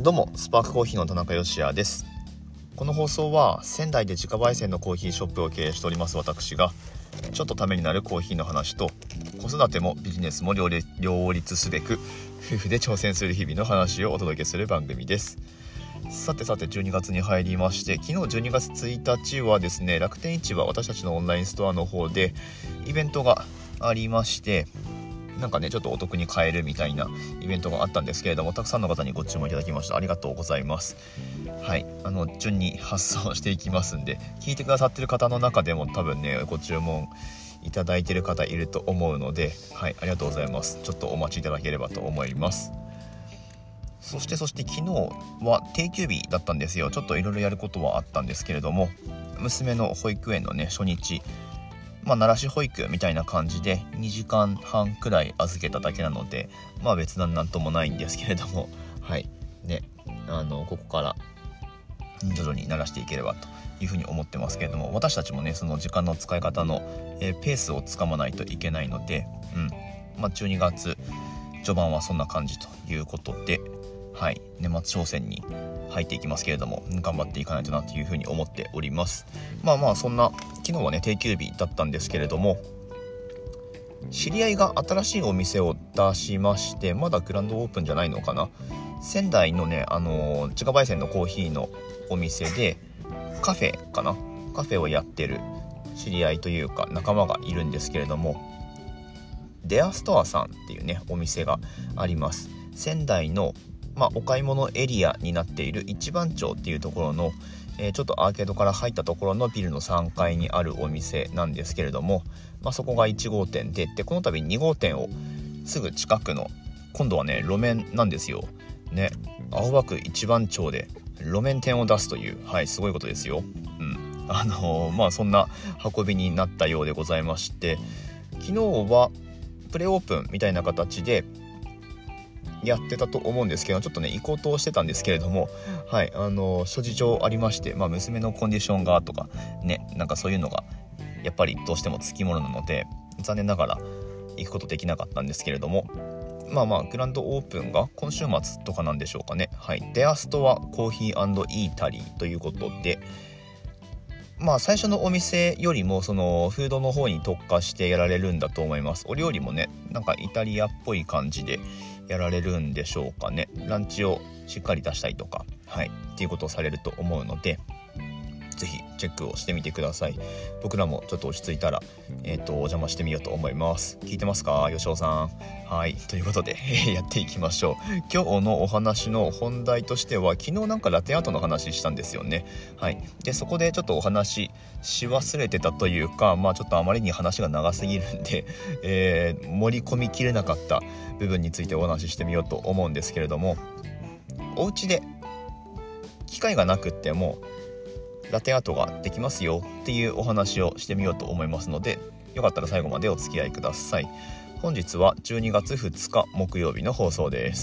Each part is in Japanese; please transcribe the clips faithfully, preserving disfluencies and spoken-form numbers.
どうもスパークコーヒーの田中芳也です。この放送は仙台で自家焙煎のコーヒーショップを経営しております私がちょっとためになるコーヒーの話と子育てもビジネスも両立、両立すべく夫婦で挑戦する日々の話をお届けする番組です。さてさてじゅうにがつに入りまして、昨日じゅうにがつついたちはですね、楽天市場、私たちのオンラインストアの方でイベントがありまして、なんかねちょっとお得に買えるみたいなイベントがあったんですけれども、たくさんの方にご注文いただきました。ありがとうございます。はい、あの順に発送していきますんで、聞いてくださってる方の中でも多分ねご注文いただいてる方いると思うので、はい、ありがとうございます。ちょっとお待ちいただければと思います。そしてそして昨日は定休日だったんですよ。ちょっといろいろやることはあったんですけれども、娘の保育園のね初日、まあ慣らし保育みたいな感じでにじかんはんくらい預けただけなので、まあ別段なんともないんですけれども、はいね、あのここから徐々に慣らしていければというふうに思ってますけれども、私たちもねその時間の使い方の、えー、ペースをつかまないといけないので、うんまあ、じゅうにがつ序盤はそんな感じということで、はい、年末商戦に入っていきますけれども、頑張っていかないとなというふうに思っております。まあまあそんな昨日はね定休日だったんですけれども、知り合いが新しいお店を出しまして、まだグランドオープンじゃないのかな。仙台のね、あのー、自家焙煎のコーヒーのお店でカフェかなカフェをやってる知り合いというか仲間がいるんですけれども、デアストアさんっていうねお店があります。仙台のまあ、お買い物エリアになっている一番町っていうところの、えー、ちょっとアーケードから入ったところのビルのさんがいにあるお店なんですけれども、まあ、そこがいちごうてんで、でこの度にごうてんをすぐ近くの今度はね路面なんですよね。青葉区一番町で路面店を出すという、はい、すごいことですよ。うんあのー、まあそんな運びになったようでございまして、昨日はプレオープンみたいな形でやってたと思うんですけど、ちょっとね行こうとしてたんですけれども、はいあの諸事情ありまして、まあ、娘のコンディションがとかね、なんかそういうのがやっぱりどうしてもつきものなので、残念ながら行くことできなかったんですけれども、まあまあグランドオープンが今週末とかなんでしょうかね。はい、デアストアコーヒー&イータリーということで、まあ最初のお店よりもそのフードの方に特化してやられるんだと思います。お料理もねなんかイタリアっぽい感じでやられるんでしょうかね。ランチをしっかり出したりとか、はいっていうことをされると思うので、ぜひチェックをしてみてください。僕らもちょっと落ち着いたら、えーと、お邪魔してみようと思います。聞いてますか、吉尾さん。はいということでやっていきましょう。今日のお話の本題としては、昨日なんかラテアートの話したんですよね。はいでそこでちょっとお話し忘れてたというか、まあちょっとあまりに話が長すぎるんで、えー、盛り込みきれなかった部分についてお話ししてみようと思うんですけれども、お家で機会がなくってもラテアートができますよっていうお話をしてみようと思いますので、よかったら最後までお付き合いください。本日はじゅうにがつふつか木曜日の放送です。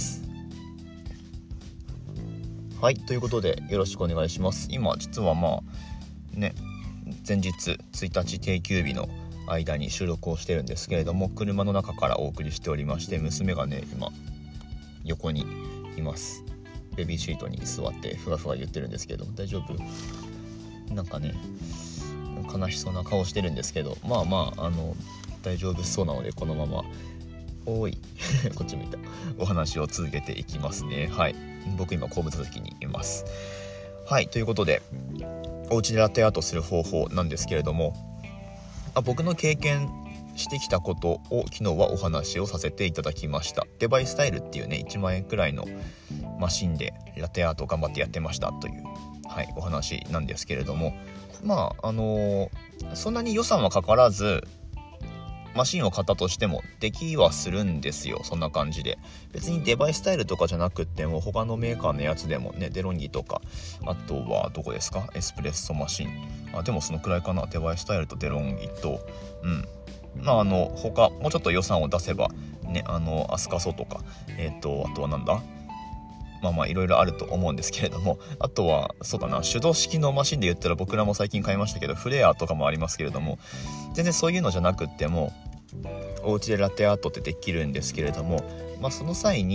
はいということでよろしくお願いします。今実はまあね前日ついたち定休日の間に収録をしてるんですけれども、車の中からお送りしておりまして、娘がね今横にいます。ベビーシートに座ってふわふわ言ってるんですけど、大丈夫？なんかね悲しそうな顔してるんですけど、まあまああの大丈夫そうなので、このままおーいこっち向いたお話を続けていきますね。はい僕今後部座席にいます。はいということで、お家でラテアートする方法なんですけれども、あ僕の経験してきたことを昨日はお話をさせていただきました。デバイスタイルっていうねいちまんえんくらいのマシンでラテアート頑張ってやってましたという、はい、お話なんですけれども、まああのー、そんなに予算はかからずマシンを買ったとしてもできはするんですよ。そんな感じで別にデバイスタイルとかじゃなくっても他のメーカーのやつでもね、デロンギとか、あとはどこですか、エスプレッソマシン、あでもそのくらいかな、デバイスタイルとデロンギと、うんまああの他もうちょっと予算を出せばね、あのアスカソとか、えっとあとはなんだまあまあいろいろあると思うんですけれども、あとはそうだな、手動式のマシンで言ったら僕らも最近買いましたけどフレアとかもありますけれども、全然そういうのじゃなくってもお家でラテアートってできるんですけれども、まあその際に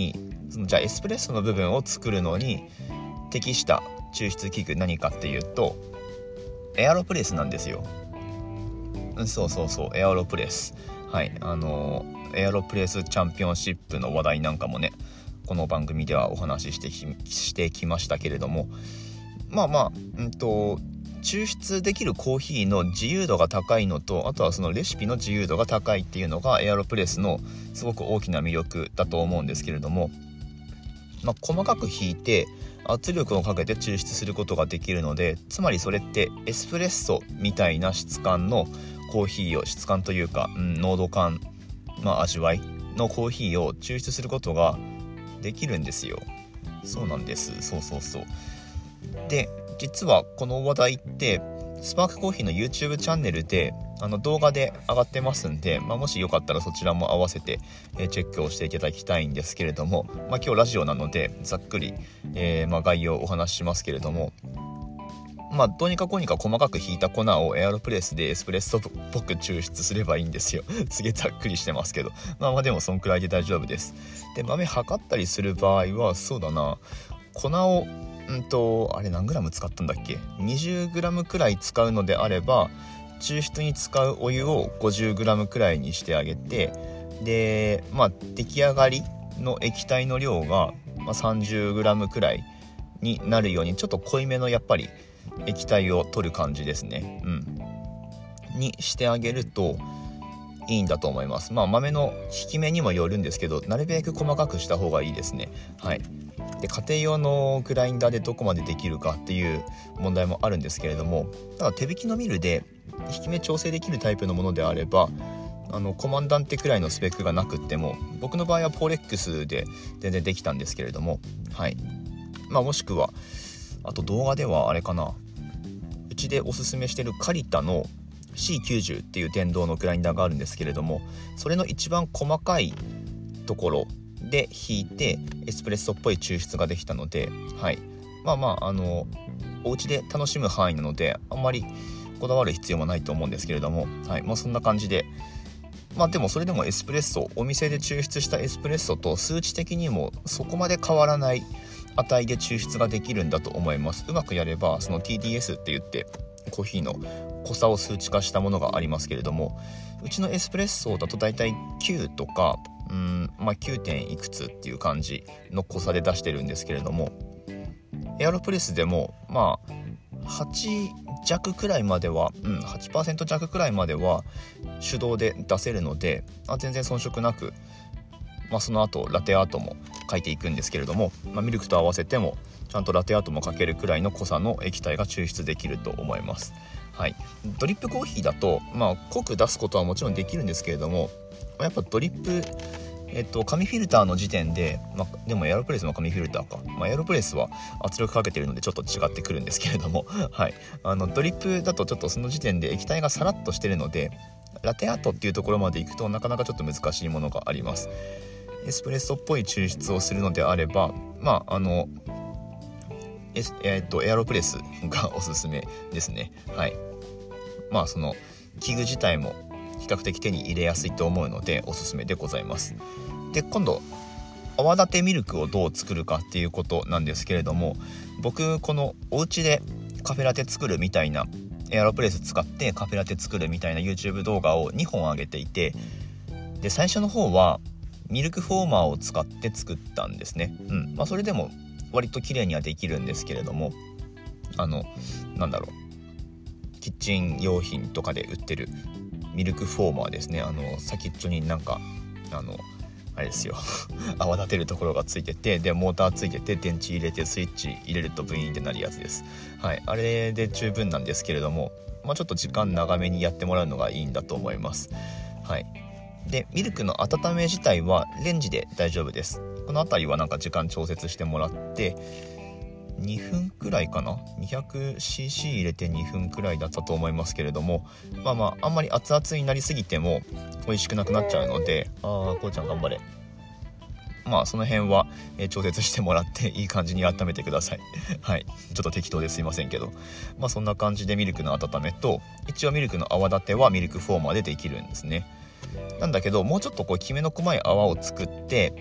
そのじゃあエスプレッソの部分を作るのに適した抽出器具何かっていうとエアロプレスなんですよ。うんそうそうそうエアロプレス、はいあのエアロプレスチャンピオンシップの話題なんかもねこの番組ではお話ししてき、してきましたけれども、まあまあうんと抽出できるコーヒーの自由度が高いのと、あとはそのレシピの自由度が高いっていうのがエアロプレスのすごく大きな魅力だと思うんですけれども、まあ、細かくひいて圧力をかけて抽出することができるので、つまりそれってエスプレッソみたいな質感のコーヒーを質感というか、うん、濃度感、まあ、味わいのコーヒーを抽出することができるんですよ。そうなんです。そうそうそう。で実はこの話題ってスパークコーヒーの YouTube チャンネルであの動画で上がってますんで、まあ、もしよかったらそちらも合わせて、えー、チェックをしていただきたいんですけれども、まあ、今日ラジオなのでざっくり、えーまあ、概要をお話ししますけれども、まあ、どうにかこうにか細かくひいた粉をエアロプレスでエスプレッソっぽく抽出すればいいんですよ。すげえざっくりしてますけど、まあまあでもそんくらいで大丈夫です。で豆測ったりする場合はそうだな、粉をうんとあれ何グラム使ったんだっけ ?にじゅうグラム くらい使うのであれば抽出に使うお湯を ごじゅうグラム くらいにしてあげて、でまあ出来上がりの液体の量が、まあ、さんじゅうグラム くらいになるようにちょっと濃いめのやっぱり液体を取る感じですね、うんにしてあげるといいんだと思います。まあ豆の引き目にもよるんですけど、なるべく細かくした方がいいですね。はい。で家庭用のグラインダーでどこまでできるかっていう問題もあるんですけれども、ただ手引きのミルで引き目調整できるタイプのものであれば、あのコマンダンテくらいのスペックがなくっても、僕の場合はポーレックスで全然できたんですけれども、はい。まあもしくはあと動画ではあれかな、うちでおすすめしてるカリタの シーきゅうじゅう っていう電動のグラインダーがあるんですけれども、それの一番細かいところで引いてエスプレッソっぽい抽出ができたので、はい、まあまああのお家で楽しむ範囲なのであんまりこだわる必要もないと思うんですけれども、はい、まあそんな感じで、まあでもそれでもエスプレッソ、お店で抽出したエスプレッソと数値的にもそこまで変わらない値で抽出ができるんだと思います。うまくやればその ティーディーエス って言ってコーヒーの濃さを数値化したものがありますけれども、うちのエスプレッソだとだいたいきゅうとかうんまあ、きゅう. 点いくつっていう感じの濃さで出してるんですけれども、エアロプレスでもまあはち弱くらいまでは、うん、はちパーセント 弱くらいまでは手動で出せるので、あ全然遜色なく、まあ、その後ラテアートも書いていくんですけれども、まあ、ミルクと合わせてもちゃんとラテアートもかけるくらいの濃さの液体が抽出できると思います。はい、ドリップコーヒーだと、まあ、濃く出すことはもちろんできるんですけれども、やっぱドリップ、えっと、紙フィルターの時点で、まあ、でもエアロプレスも紙フィルターか、まあ、エアロプレスは圧力かけてるのでちょっと違ってくるんですけれども、はい、あのドリップだとちょっとその時点で液体がサラッとしてるので、ラテアートっていうところまで行くとなかなかちょっと難しいものがあります。エスプレッソっぽい抽出をするのであれば、まああのエ, えー、っとエアロプレスがおすすめですね。はい。まあその器具自体も比較的手に入れやすいと思うのでおすすめでございます。で今度泡立てミルクをどう作るかっていうことなんですけれども、僕このお家でカフェラテ作るみたいな、エアロプレス使ってカフェラテ作るみたいな YouTube 動画をにほん上げていて、で最初の方はミルクフォーマーを使って作ったんですね。うんまあ、それでも割と綺麗にはできるんですけれども、あのなんだろうキッチン用品とかで売ってるミルクフォーマーですね。あの先っちょになんかあのあれですよ泡立てるところがついてて、でモーターついてて電池入れてスイッチ入れるとブイーンってなるやつです。はい、あれで十分なんですけれども、まあ、ちょっと時間長めにやってもらうのがいいんだと思います。はい。でミルクの温め自体はレンジで大丈夫です。このあたりはなんか時間調節してもらってにふんくらいかな、 にひゃくシーシー 入れてにふんくらいだったと思いますけれども、まあまああんまり熱々になりすぎても美味しくなくなっちゃうので、あーこうちゃん頑張れ、まあその辺は、えー、調節してもらっていい感じに温めてくださいはいちょっと適当ですいませんけど、まあそんな感じでミルクの温めと、一応ミルクの泡立てはミルクフォーマーでできるんですね。なんだけどもうちょっとこうきめの細い泡を作って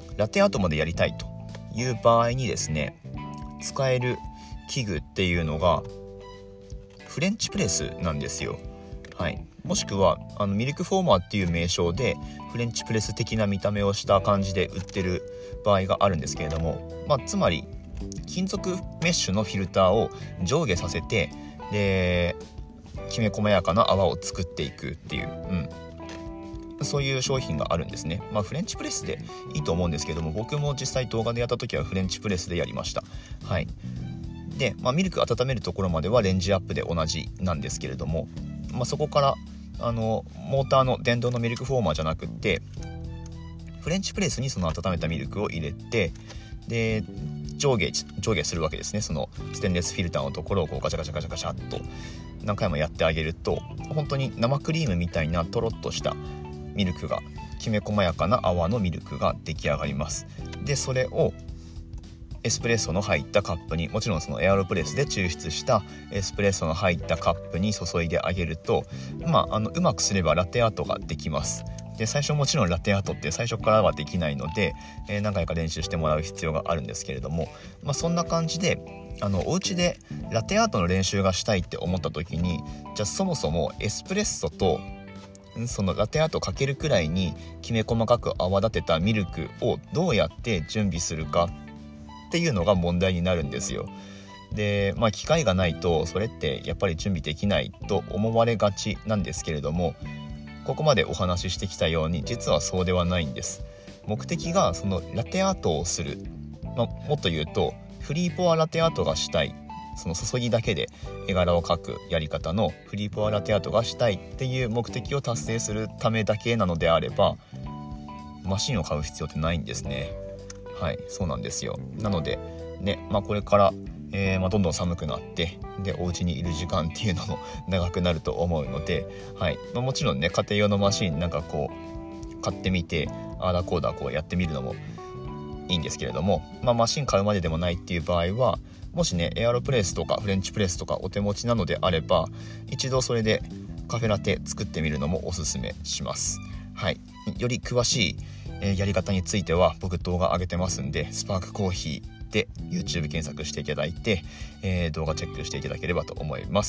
ラテアートまでやりたいという場合にですね、使える器具っていうのがフレンチプレスなんですよ。はい、もしくはあのミルクフォーマーっていう名称でフレンチプレス的な見た目をした感じで売ってる場合があるんですけれども、まあ、つまり金属メッシュのフィルターを上下させて、できめ細やかな泡を作っていくっていう、うん、そういう商品があるんですね。まあフレンチプレスでいいと思うんですけども、僕も実際動画でやった時はフレンチプレスでやりました。はい。で、まあ、ミルク温めるところまではレンジアップで同じなんですけれども、まあ、そこからあのモーターの電動のミルクフォーマーじゃなくってフレンチプレスにその温めたミルクを入れて、で上下上下するわけですね。そのステンレスフィルターのところをこうガチャガチャガチャガチャっと何回もやってあげると、本当に生クリームみたいなとろっとしたミルクが、きめ細やかな泡のミルクが出来上がります。でそれをエスプレッソの入ったカップに、もちろんそのエアロプレスで抽出したエスプレッソの入ったカップに注いであげると、まあ、あのうまくすればラテアートができます。で最初もちろんラテアートって最初からはできないので、えー、何回か練習してもらう必要があるんですけれども、まあ、そんな感じであのお家でラテアートの練習がしたいって思った時に、じゃあそもそもエスプレッソとそのラテアートかけるくらいにきめ細かく泡立てたミルクをどうやって準備するかっていうのが問題になるんですよ。で、まあ機械がないとそれってやっぱり準備できないと思われがちなんですけれども、ここまでお話ししてきたように実はそうではないんです。目的がそのラテアートをする、まあ、もっと言うとフリーポアラテアートがしたい、その注ぎだけで絵柄を描くやり方のフリーポアラテアートがしたいっていう目的を達成するためだけなのであれば、マシンを買う必要ってないんですね。はい、そうなんですよ。なのでね、まあ、これから、えーまあ、どんどん寒くなって、でお家にいる時間っていうのも長くなると思うので、はいまあ、もちろんね家庭用のマシンなんかこう買ってみてあーだこうだこうやってみるのもいいんですけれども、まあ、マシン買うまででもないっていう場合は、もしねエアロプレスとかフレンチプレスとかお手持ちなのであれば、一度それでカフェラテ作ってみるのもおすすめします。はい、より詳しいえー、やり方については僕動画上げてますんで、スパークコーヒーで YouTube 検索していただいて、えー、動画チェックしていただければと思います。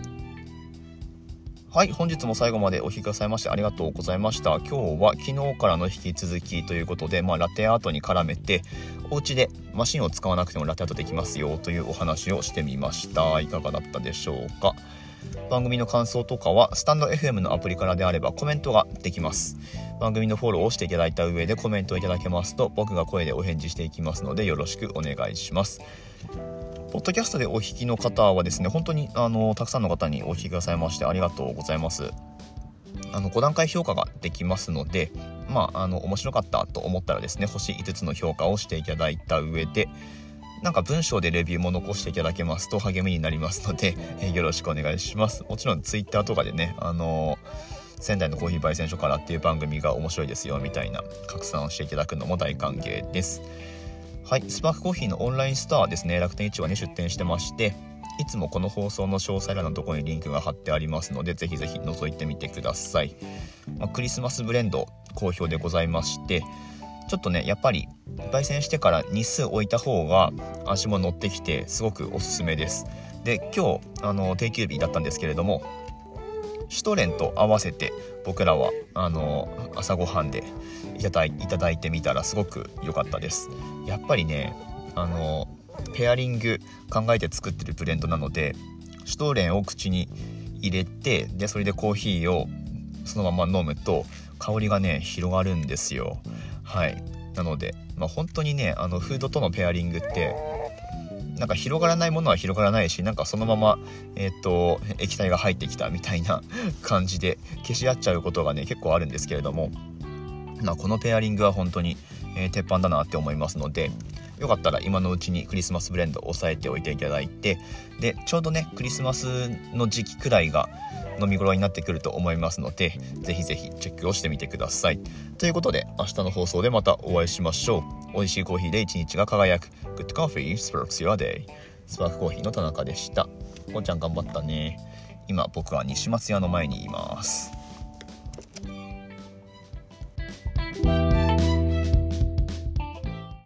はい、本日も最後までお聞きくださいましてありがとうございました。今日は昨日からの引き続きということで、まあ、ラテアートに絡めてお家でマシンを使わなくてもラテアートできますよというお話をしてみました。いかがだったでしょうか。番組の感想とかはスタンド エフエム のアプリからであればコメントができます。番組のフォローをしていただいた上でコメントをいただけますと、僕が声でお返事していきますのでよろしくお願いします。ポッドキャストでお聞きの方はですね、本当にあのたくさんの方にお聞きくださいましてありがとうございます。あのご段階評価ができますので、まあ、あの面白かったと思ったらですね、星いつつの評価をしていただいた上で、なんか文章でレビューも残していただけますと励みになりますので、えー、よろしくお願いします。もちろんツイッターとかでね、あのー、仙台のコーヒー焙煎所からっていう番組が面白いですよみたいな拡散をしていただくのも大歓迎です。はい、スパークコーヒーのオンラインストアですね、楽天市場に出店してまして、いつもこの放送の詳細欄のところにリンクが貼ってありますので、ぜひぜひ覗いてみてください。まあ、クリスマスブレンド好評でございまして、ちょっとねやっぱり焙煎してから日数置いた方が味も乗ってきてすごくおすすめです。で今日あの定休日だったんですけれども、シュトレンと合わせて僕らはあの朝ごはんでいただい、いただいてみたらすごく良かったです。やっぱりねあのペアリング考えて作ってるブレンドなので、シュトレンを口に入れて、でそれでコーヒーをそのまま飲むと香りがね広がるんですよ。はい、なので、まあ、本当にねあのフードとのペアリングってなんか広がらないものは広がらないし、なんかそのまま、えー、と液体が入ってきたみたいな感じで消し合っちゃうことがね結構あるんですけれども、まあ、このペアリングは本当に、えー、鉄板だなって思いますので、よかったら今のうちにクリスマスブレンドを押さえておいていただいて、でちょうどねクリスマスの時期くらいが飲み頃になってくると思いますので、ぜひぜひチェックをしてみてください。ということで明日の放送でまたお会いしましょう。美味しいコーヒーで一日が輝く Good Coffee Sparks Your Day。 スパークコーヒーの田中でした。こんちゃん頑張ったね。今僕は西松屋の前にいます。